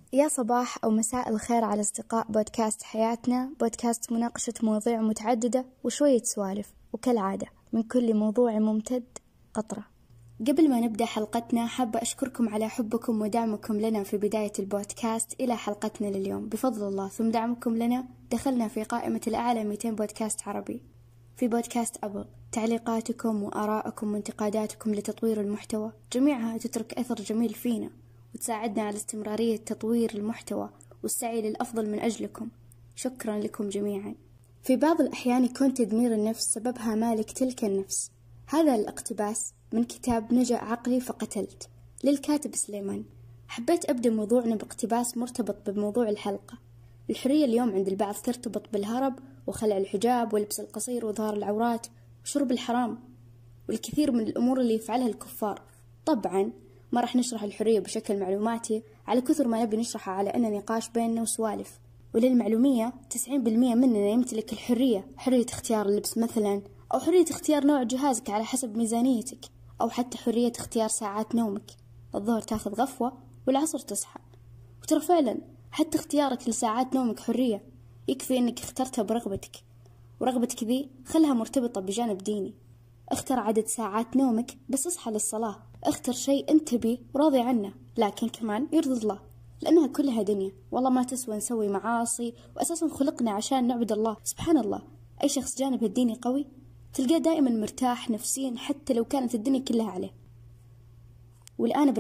يا صباح أو مساء الخير على أصدقاء بودكاست حياتنا، بودكاست مناقشة مواضيع متعددة وشوية سوالف، وكالعادة من كل موضوع ممتد قطرة. قبل ما نبدأ حلقتنا حابة أشكركم على حبكم ودعمكم لنا في بداية البودكاست إلى حلقتنا لليوم. بفضل الله ثم دعمكم لنا دخلنا في قائمة الأعلى 200 بودكاست عربي. في بودكاست أبل تعليقاتكم وآراءكم وانتقاداتكم لتطوير المحتوى جميعها تترك أثر جميل فينا وتساعدنا على استمرارية تطوير المحتوى والسعي للأفضل من أجلكم. شكرا لكم جميعا. في بعض الأحيان يكون تدمير النفس سببها مالك تلك النفس. هذا الاقتباس من كتاب نجا عقلي فقتلت للكاتب سليمان. حبيت أبدأ موضوعنا باقتباس مرتبط بموضوع الحلقة. الحرية اليوم عند البعض ترتبط بالهرب وخلع الحجاب ولبس القصير وظهار العورات وشرب الحرام والكثير من الأمور اللي يفعلها الكفار. طبعا ما راح نشرح الحرية بشكل معلوماتي على كثر ما نبي نشرحها على أنه نقاش بيننا وسوالف. وللمعلومية 90% مننا يمتلك الحرية، حرية اختيار اللبس مثلا، أو حرية اختيار نوع جهازك على حسب ميزانيتك، أو حتى حرية اختيار ساعات نومك. الظهر تاخذ غفوة والعصر تصحى. وترى فعلا حتى اختيارك لساعات نومك حرية، يكفي أنك اخترتها برغبتك، ورغبتك ذي خلها مرتبطة بجانب ديني. اختر عدد ساعات نومك بس اصحى للصلاة. اختر شيء انت بيه وراضي عنه لكن كمان يرضي الله، لأنها كلها دنيا والله ما تسوى نسوي معاصي، وأساسا خلقنا عشان نعبد الله. سبحان الله، أي شخص جانبه الديني قوي تلقاه دائما مرتاح نفسيا حتى لو كانت الدنيا كلها عليه. والآن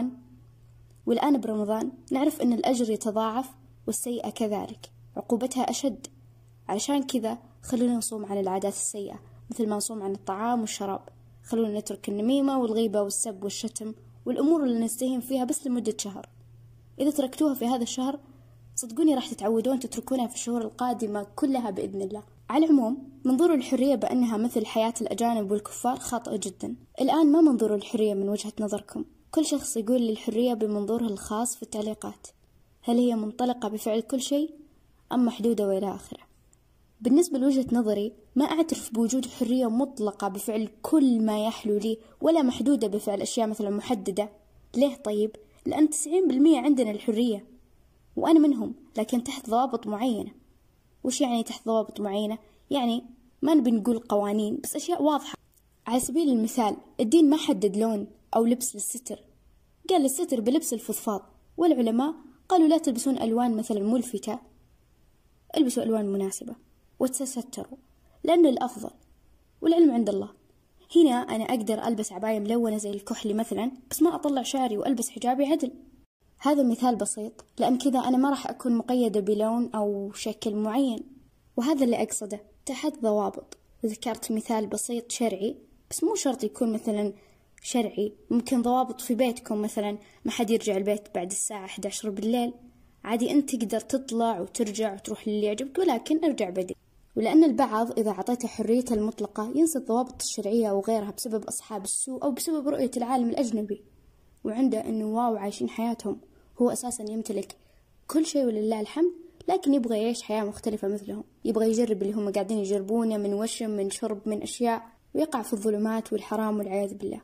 برمضان نعرف أن الأجر يتضاعف والسيئة كذلك، عقوبتها أشد. علشان كذا خلونا نصوم عن العادات السيئة مثل ما نصوم عن الطعام والشراب. خلونا نترك النميمة والغيبة والسب والشتم والأمور اللي نستهين فيها بس لمدة شهر. إذا تركتوها في هذا الشهر صدقوني راح تتعودون تتركونها في الشهور القادمة كلها بإذن الله. على العموم منظور الحرية بأنها مثل حياة الأجانب والكفار خاطئ جدا. الآن ما منظور الحرية من وجهة نظركم؟ كل شخص يقول للحرية بمنظوره الخاص في التعليقات. هل هي منطلقة بفعل كل شيء أم محدودة وإلى آخره؟ بالنسبة لوجهة نظري ما أعترف بوجود حرية مطلقة بفعل كل ما يحلو لي، ولا محدودة بفعل أشياء مثلا محددة. ليه طيب؟ لأن 90% عندنا الحرية وأنا منهم، لكن تحت ضوابط معينة. وش يعني تحت ضوابط معينة؟ يعني ما نبي نقول قوانين بس أشياء واضحة. على سبيل المثال الدين ما حدد لون أو لبس للستر، قال للستر بلبس الفضفاض، والعلماء قالوا لا تلبسون ألوان مثلا ملفتة، البسوا ألوان مناسبة وتستروا لأنه الأفضل والعلم عند الله. هنا أنا أقدر ألبس عباية ملونة زي الكحلي مثلا بس ما أطلع شعري وألبس حجابي عدل. هذا مثال بسيط، لأن كذا أنا ما راح أكون مقيدة بلون أو شكل معين، وهذا اللي أقصده تحت ضوابط. ذكرت مثال بسيط شرعي بس مو شرط يكون مثلا شرعي، ممكن ضوابط في بيتكم مثلا ما حد يرجع البيت بعد الساعة 11 بالليل، عادي أنت تقدر تطلع وترجع وتروح للي يعجبك ولكن ارجع بدري. ولأن البعض إذا عطيته حريته المطلقة ينسى الضوابط الشرعية وغيرها بسبب أصحاب السوء أو بسبب رؤية العالم الأجنبي، وعنده أنه واو عايشين حياتهم، هو أساسا يمتلك كل شيء ولله الحمد، لكن يبغى يعيش حياة مختلفة مثلهم، يبغى يجرب اللي هم قاعدين يجربونه من وشم من شرب من أشياء، ويقع في الظلمات والحرام والعياذ بالله.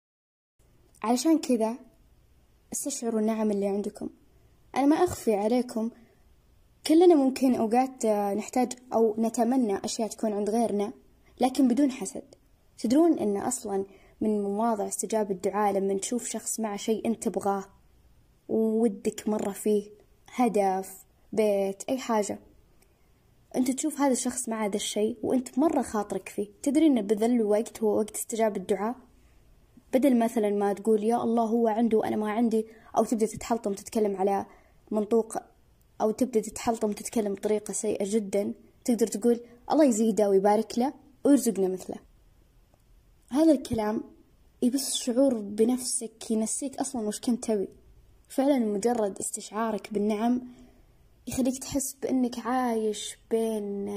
علشان كذا استشعروا النعم اللي عندكم. أنا ما أخفي عليكم كلنا ممكن أوقات نحتاج أو نتمنى أشياء تكون عند غيرنا لكن بدون حسد. تدرون أن أصلا من مواضع استجابة الدعاء لما تشوف شخص مع شيء أنت تبغاه وودك مرة فيه، هدف، بيت، أي حاجة، أنت تشوف هذا الشخص مع هذا الشيء وأنت مرة خاطرك فيه، تدري أن بذل وقت هو وقت استجابة الدعاء. بدل مثلا ما تقول يا الله هو عنده وأنا ما عندي، أو تبدأ تتحلطم تتكلم على منطوق، أو تبدأ تتحلطم تتكلم بطريقة سيئة جدا، تقدر تقول الله يزيده ويبارك له ويرزقنا مثله. هذا الكلام يبث شعور بنفسك ينسيك أصلا وش كنت تبي. فعلا مجرد استشعارك بالنعم يخليك تحس بأنك عايش بين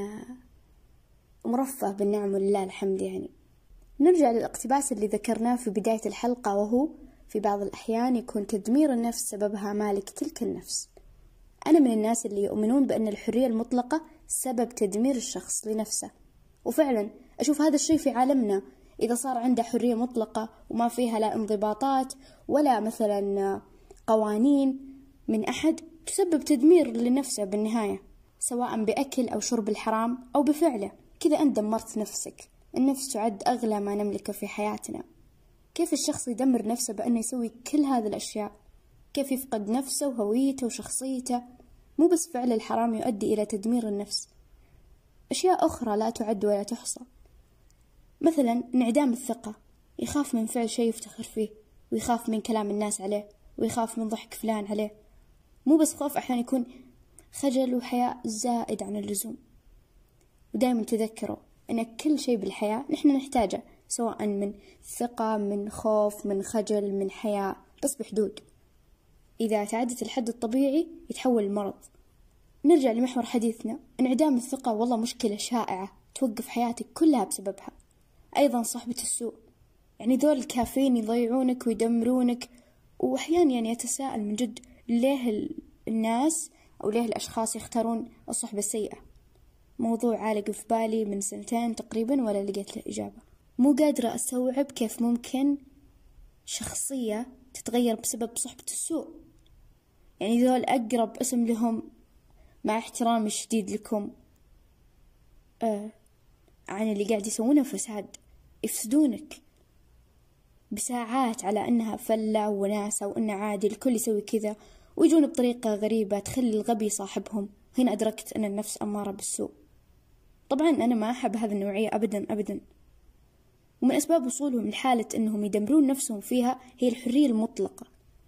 مرفه بالنعم ولله الحمد. يعني نرجع للاقتباس اللي ذكرناه في بداية الحلقة، وهو في بعض الأحيان يكون تدمير النفس سببها مالك تلك النفس. أنا من الناس اللي يؤمنون بأن الحرية المطلقة سبب تدمير الشخص لنفسه، وفعلا أشوف هذا الشيء في عالمنا. إذا صار عنده حرية مطلقة وما فيها لا انضباطات ولا مثلا قوانين من أحد، تسبب تدمير لنفسه بالنهاية، سواء بأكل أو شرب الحرام أو بفعله. كذا أنت دمرت نفسك. النفس تعد أغلى ما نملكه في حياتنا. كيف الشخص يدمر نفسه بأنه يسوي كل هذه الأشياء؟ كيف يفقد نفسه وهويته وشخصيته؟ مو بس فعل الحرام يؤدي إلى تدمير النفس، أشياء أخرى لا تعد ولا تحصى. مثلا انعدام الثقة، يخاف من فعل شيء يفتخر فيه، ويخاف من كلام الناس عليه، ويخاف من ضحك فلان عليه. مو بس خوف، أحيانا يكون خجل وحياء زائد عن اللزوم. ودائما تذكروا أن كل شيء بالحياة نحن نحتاجه، سواء من ثقة، من خوف، من خجل، من حياء، بس بحدود. إذا تعدت الحد الطبيعي يتحول المرض. نرجع لمحور حديثنا. انعدام الثقة والله مشكلة شائعة توقف حياتك كلها بسببها. أيضا صحبة السوء، يعني ذول الكافيين يضيعونك ويدمرونك. وأحيانا يعني أتساءل من جد ليه الناس أو ليه الأشخاص يختارون الصحبة السيئة؟ موضوع عالق في بالي من 2 تقريبا ولا لقيت له إجابة. مو قادرة أستوعب كيف ممكن شخصية تتغير بسبب صحبة السوء. يعني ذول أقرب اسم لهم، مع احترامي الشديد لكم، عن اللي قاعد يسوونه فساد. يفسدونك بساعات على أنها فلة وناسة وأنه عادي الكل يسوي كذا، ويجون بطريقة غريبة تخلي الغبي صاحبهم. هنا أدركت أن النفس أمارة بالسوء. طبعا أنا ما أحب هذه النوعية أبدا أبدا. ومن أسباب وصولهم لحالة أنهم يدمرون نفسهم فيها هي الحرية المطلقة.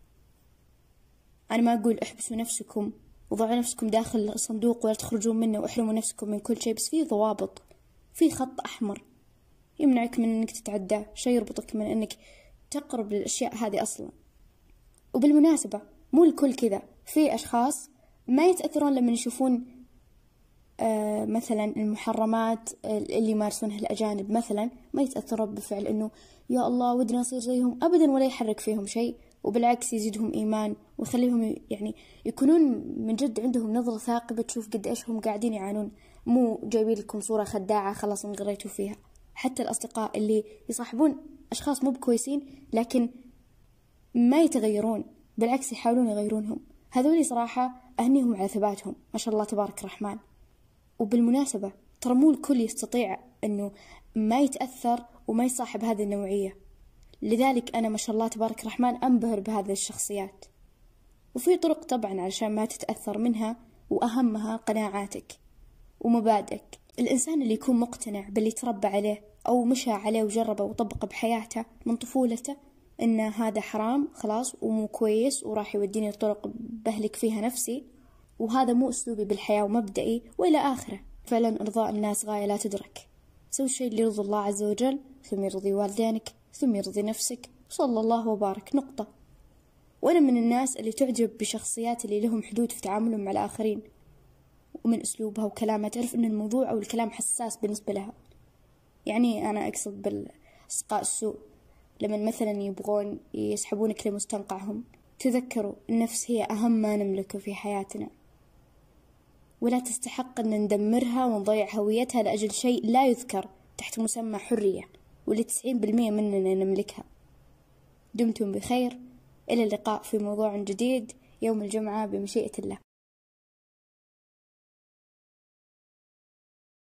أنا ما أقول احبسوا نفسكم وضعوا نفسكم داخل صندوق ولا تخرجون منه واحرموا نفسكم من كل شيء، بس في ضوابط، في خط أحمر يمنعك من أنك تتعدى، شيء يربطك من أنك تقرب للأشياء هذه أصلا. وبالمناسبة مو الكل كذا. في أشخاص ما يتأثرون لما يشوفون مثلا المحرمات اللي يمارسونها الأجانب، مثلا ما يتأثرون بفعل أنه يا الله ودنا نصير زيهم أبدا، ولا يحرك فيهم شيء، وبالعكس يزيدهم إيمان ويخليهم يعني يكونون من جد عندهم نظرة ثاقبة تشوف قد إيش هم قاعدين يعانون. مو جايبين لكم صورة خداعة خلاص انغريتوا فيها. حتى الأصدقاء اللي يصاحبون أشخاص مو بكويسين لكن ما يتغيرون، بالعكس يحاولون يغيرونهم، هذول صراحة أهنيهم على ثباتهم، ما شاء الله تبارك الرحمن. وبالمناسبة ترى مو الكل يستطيع أنه ما يتأثر وما يصاحب هذه النوعية، لذلك أنا ما شاء الله تبارك الرحمن أنبهر بهذه الشخصيات. وفي طرق طبعا علشان ما تتأثر منها، وأهمها قناعاتك ومبادئك. الإنسان اللي يكون مقتنع باللي تربى عليه أو مشى عليه وجربه وطبقه بحياته من طفولته إن هذا حرام خلاص ومو كويس وراح يوديني طرق بهلك فيها نفسي، وهذا مو أسلوبي بالحياة ومبدئي وإلى آخره. فعلا إرضاء الناس غاية لا تدرك. سوي الشيء اللي يرضي الله عز وجل، ثم يرضي والدينك، ثم يرضي نفسك، صلى الله وبارك، نقطة. وأنا من الناس اللي تعجب بشخصيات اللي لهم حدود في تعاملهم مع الآخرين، ومن أسلوبها وكلامها تعرف أن الموضوع أو الكلام حساس بالنسبة لها. يعني أنا أقصد بالأصدقاء السوء لما مثلا يبغون يسحبونك لمستنقعهم، تذكروا النفس هي أهم ما نملكه في حياتنا، ولا تستحق أن ندمرها ونضيع هويتها لأجل شيء لا يذكر تحت مسمى حرية، واللي 90% مننا نملكها. دمتم بخير، إلى اللقاء في موضوع جديد يوم الجمعة بمشيئة الله.